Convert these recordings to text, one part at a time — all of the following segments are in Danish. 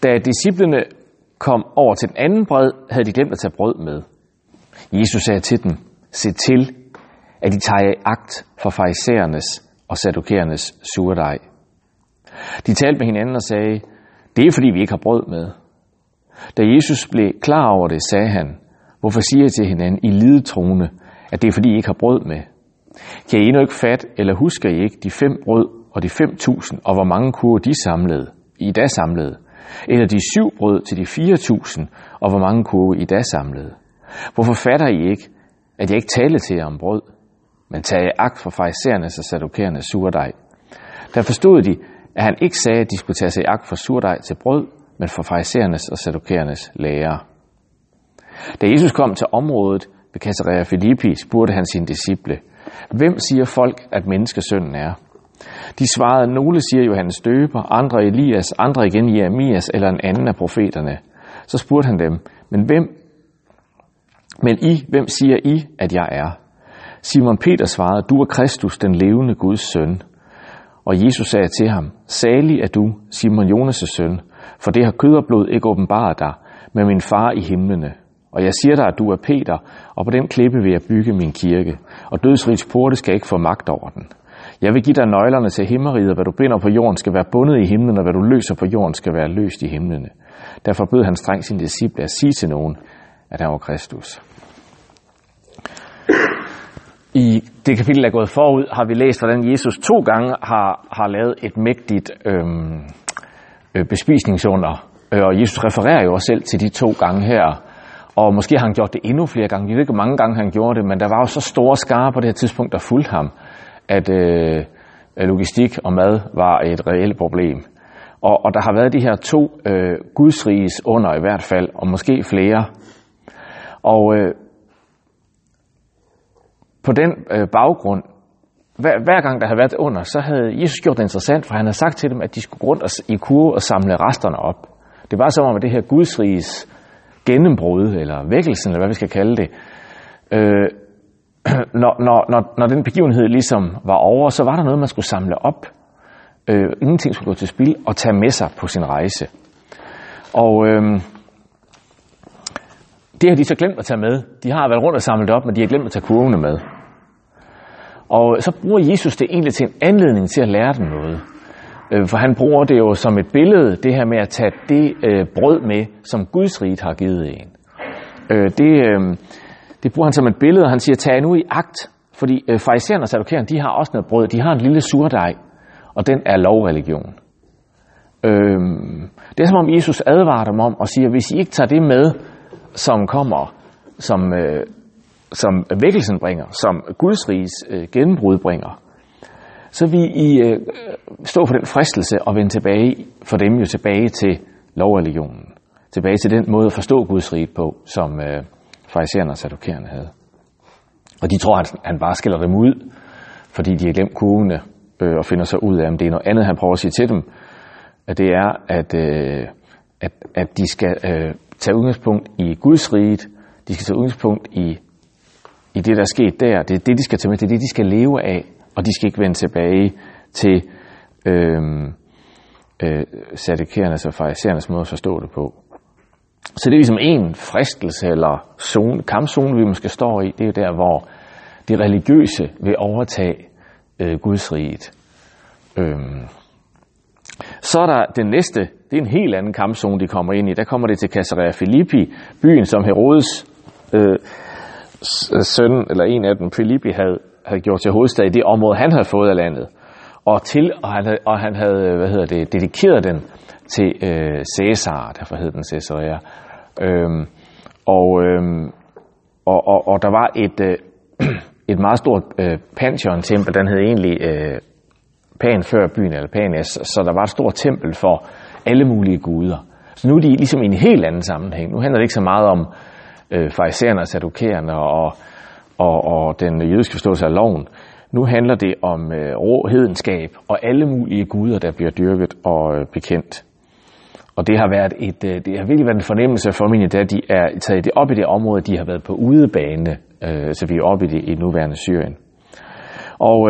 Da disciplene kom over til den anden bred, havde de glemt at tage brød med. Jesus sagde til dem, se til, at de tager i agt for farisæernes og saddukernes surdej. De talte med hinanden og sagde, det er fordi vi ikke har brød med. Da Jesus blev klar over det, sagde han, hvorfor siger I til hinanden i lidetroende, at det er fordi I ikke har brød med? Kan I endnu ikke fatte, eller husker I ikke de 5 brød og de 5.000, og hvor mange kurve de samlede, I da samlede? Eller de 7 brød til de 4.000, og hvor mange kurve I da samlede? Hvorfor fatter I ikke, at jeg ikke talte til jer om brød, men tager i agt for farisæernes og saddukernes surdej? Der forstod de, at han ikke sagde, at de skulle tage sig i agt for surdej til brød, men for farisæernes og saddukernes lære. Da Jesus kom til området ved Caesarea Philippi, spurgte han sine disciple, hvem siger folk, at menneskesønnen er? De svarede, nogle siger Johannes Døber, andre Elias, andre igen Jeremias eller en anden af profeterne. Så spurgte han dem, hvem siger I, at jeg er? Simon Peter svarede, du er Kristus, den levende Guds søn. Og Jesus sagde til ham, salig er du, Simon Jonas' søn, for det har kød og blod ikke åbenbaret dig, men min far i himlene. Og jeg siger dig, at du er Peter, og på den klippe vil jeg bygge min kirke, og dødsrigets porte skal ikke få magt over den. Jeg vil give dig nøglerne til himmeriget, og hvad du binder på jorden skal være bundet i himlen, og hvad du løser på jorden skal være løst i himlene. Derfor bød han strengt sine disciple at sige til nogen, at han var Kristus. I det kapitel, der er gået forud, har vi læst, hvordan Jesus 2 gange har lavet et mægtigt bespisningsunder. Og Jesus refererer jo også selv til de 2 gange her. Og måske har han gjort det endnu flere gange. Vi ved ikke, hvor mange gange han gjorde det, men der var jo så store skarer på det her tidspunkt, der fulgte ham, at logistik og mad var et reelt problem. Og der har været de her 2 gudsriges under i hvert fald, og måske flere. Og på den baggrund, hver gang der havde været under, så havde Jesus gjort det interessant, for han havde sagt til dem, at de skulle gå rundt i kurve og samle resterne op. Det var som om, at det her gudsriges gennembrud, eller vækkelsen, eller hvad vi skal kalde det, når den begivenhed ligesom var over, så var der noget, man skulle samle op. Ingenting skulle gå til spil og tage med sig på sin rejse. Og det har de så glemt at tage med. De har været rundt og samlet op, men de har glemt at tage kurvene med. Og så bruger Jesus det egentlig til en anledning til at lære dem noget. For han bruger det jo som et billede, det her med at tage det brød med, som Guds rige har givet en. Det bruger han som et billede, og han siger, tag nu i agt. Fordi farisæerne og saddukererne, de har også noget brød. De har en lille surdej, og den er lovreligion. Det er som om Jesus advarer dem om og siger, hvis I ikke tager det med, som kommer, som vækkelsen bringer, som Guds riges gennembrud bringer, så vil I stå for den fristelse og vende tilbage for dem jo tilbage til lovreligionen. Tilbage til den måde at forstå Guds rige på, som farisæerne og saddukererne havde. Og de tror, at han bare skiller dem ud, fordi de har glemt kurvene og finder sig ud af, om det er noget andet, han prøver at sige til dem. At det er, at de skal tage udgangspunkt i Guds rige. De skal tage udgangspunkt i det, der er sket der. Det er det, de skal tage med. Det er det, de skal leve af. Og de skal ikke vende tilbage til saddukerernes og farisæernes måde at forstå det på. Så det er ligesom en fristelse eller kampzone, vi måske står i. Det er jo der, hvor det religiøse vil overtage Guds riget. Så er der den næste, det er en helt anden kampzone, de kommer ind i. Der kommer det til Caesarea Philippi, byen, som Herodes søn, eller en af dem, Philippi, havde gjort til hovedstad i det område, han havde fået af landet. Og han havde dedikeret den til Cæsar, derfor hed den Caesarea. Og der var et meget stort Pantheon-tempel, den hed egentlig Pan før byen, eller Panas, så der var et stort tempel for alle mulige guder. Så nu er de ligesom i en helt anden sammenhæng. Nu handler det ikke så meget om farisæerne og saddukererne og den jødiske forståelse af loven. Nu handler det om rå hedenskab og alle mulige guder, der bliver dyrket og bekendt. Og det har virkelig været en fornemmelse for mine, da de er taget det op i det område, de har været på udebane, så vi er oppe i det nuværende Syrien. Og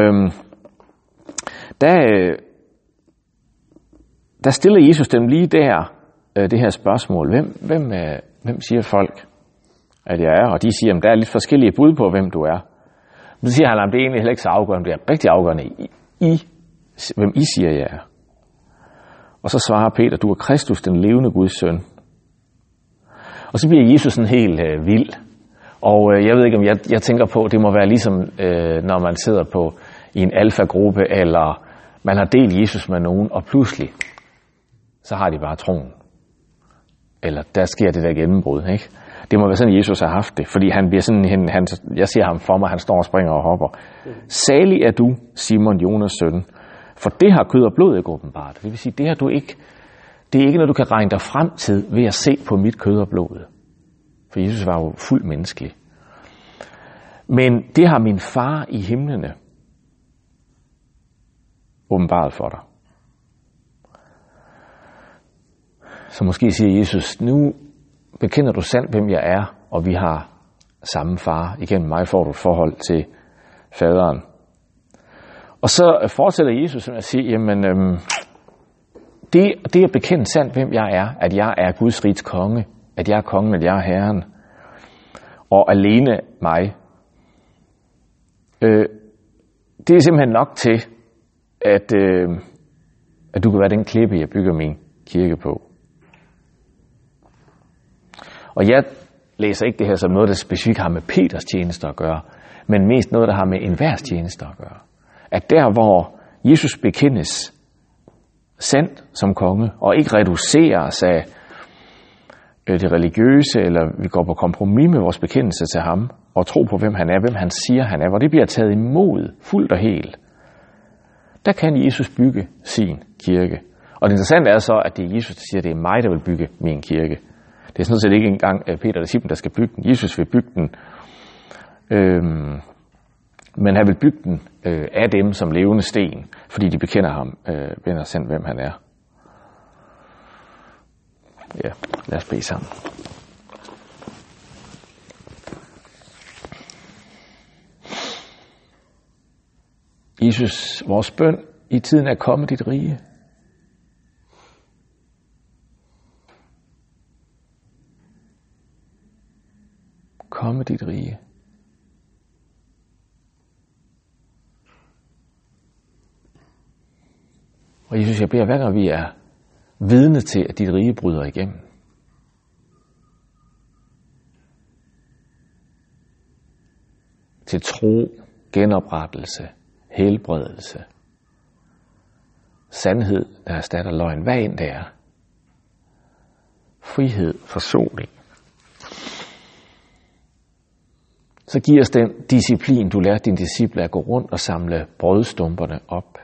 der stiller Jesus dem lige der det her spørgsmål, hvem siger folk, at jeg er? Og de siger, at der er lidt forskellige bud på, hvem du er. Men så siger han, at det er egentlig heller ikke så afgørende, det er rigtig afgørende, hvem I siger, jeg er. Og så svarer Peter, du er Kristus, den levende Guds søn. Og så bliver Jesus sådan helt vild. Og jeg ved ikke, om jeg tænker på, det må være ligesom, når man sidder i en alfagruppe, eller man har delt Jesus med nogen, og pludselig, så har de bare troen. Eller der sker det der gennembrud, ikke? Det må være sådan, Jesus har haft det, fordi han bliver sådan, jeg ser ham for mig, han står og springer og hopper. Salig er du, Simon, Jonas søn, for det har kød og blod ikke åbenbart. Det vil sige, det har du ikke, det er ikke noget, du kan regne dig frem til ved at se på mit kød og blod. For Jesus var jo fuldt menneskelig. Men det har min far i himlene åbenbart for dig. Så måske siger Jesus, nu bekender du sandt, hvem jeg er, og vi har samme far. Igennem mig får du et forhold til faderen. Og så fortsætter Jesus med at sige, jamen, det at bekende sandt, hvem jeg er, at jeg er Guds riges konge, at jeg er kongen, at jeg er herren, og alene mig, det er simpelthen nok til, at du kan være den klippe, jeg bygger min kirke på. Og jeg læser ikke det her som noget, der specifikt har med Peters tjenester at gøre, men mest noget, der har med enhvers tjenester at gøre. At der, hvor Jesus bekendes sandt som konge, og ikke reduceres af det religiøse, eller vi går på kompromis med vores bekendelse til ham, og tro på, hvem han er, hvem han siger, han er, hvor det bliver taget imod fuldt og helt, der kan Jesus bygge sin kirke. Og det interessante er så, at det er Jesus, der siger, at det er mig, der vil bygge min kirke. Det er sådan set ikke engang Peter og disciplen, der skal bygge den. Jesus vil bygge den. Men han vil bygge den af dem som levende sten, fordi de bekender ham, vender sendt, hvem han er. Ja, lad os bede sammen. Jesus, vores bøn i tiden er kommet dit rige. Komme dit rige. Og Jesus, jeg beder, hver gang vi er vidne til, at dit rige bryder igennem, til tro, genoprettelse, helbredelse, sandhed, der erstatter løgn, hvad end det er, frihed, forsoning, så giv os den disciplin, du lærte dine disciple at gå rundt og samle brødstumperne op.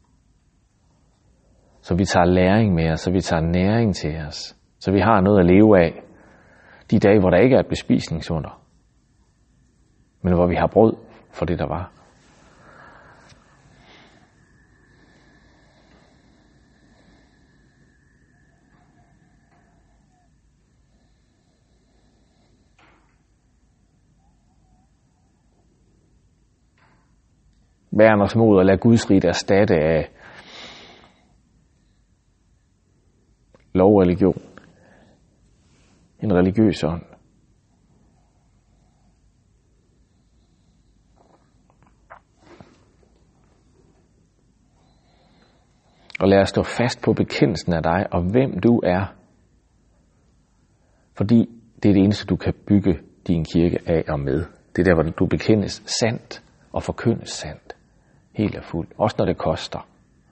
Så vi tager læring med os, så vi tager næring til os, så vi har noget at leve af de dage, hvor der ikke er et bespisningsunder, men hvor vi har brød for det, der var. Værn os mod at lade Guds rige erstatte af lovreligion, en religiøs ånd. Og lad os stå fast på bekendelsen af dig og hvem du er, fordi det er det eneste, du kan bygge din kirke af og med. Det er der, hvor du bekendes sandt og forkyndes sandt, helt og fuldt, også når det koster.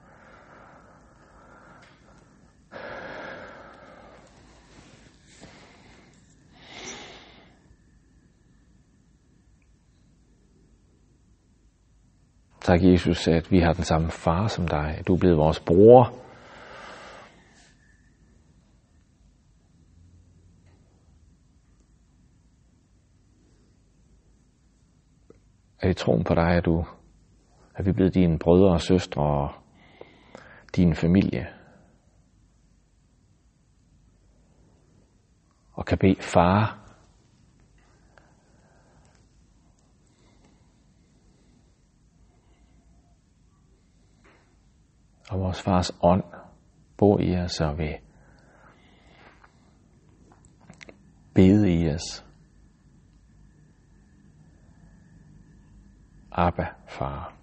Tak, Jesus, at vi har den samme far som dig. Du er blevet vores bror. At i troen på dig er vi blevet dine brødre og søstre og din familie. Og kan bede far, og vores fars ånd bor i os og vil bede i os. Abba, far.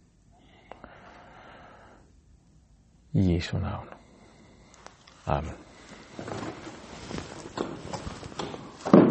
I Jesu navn. Amen.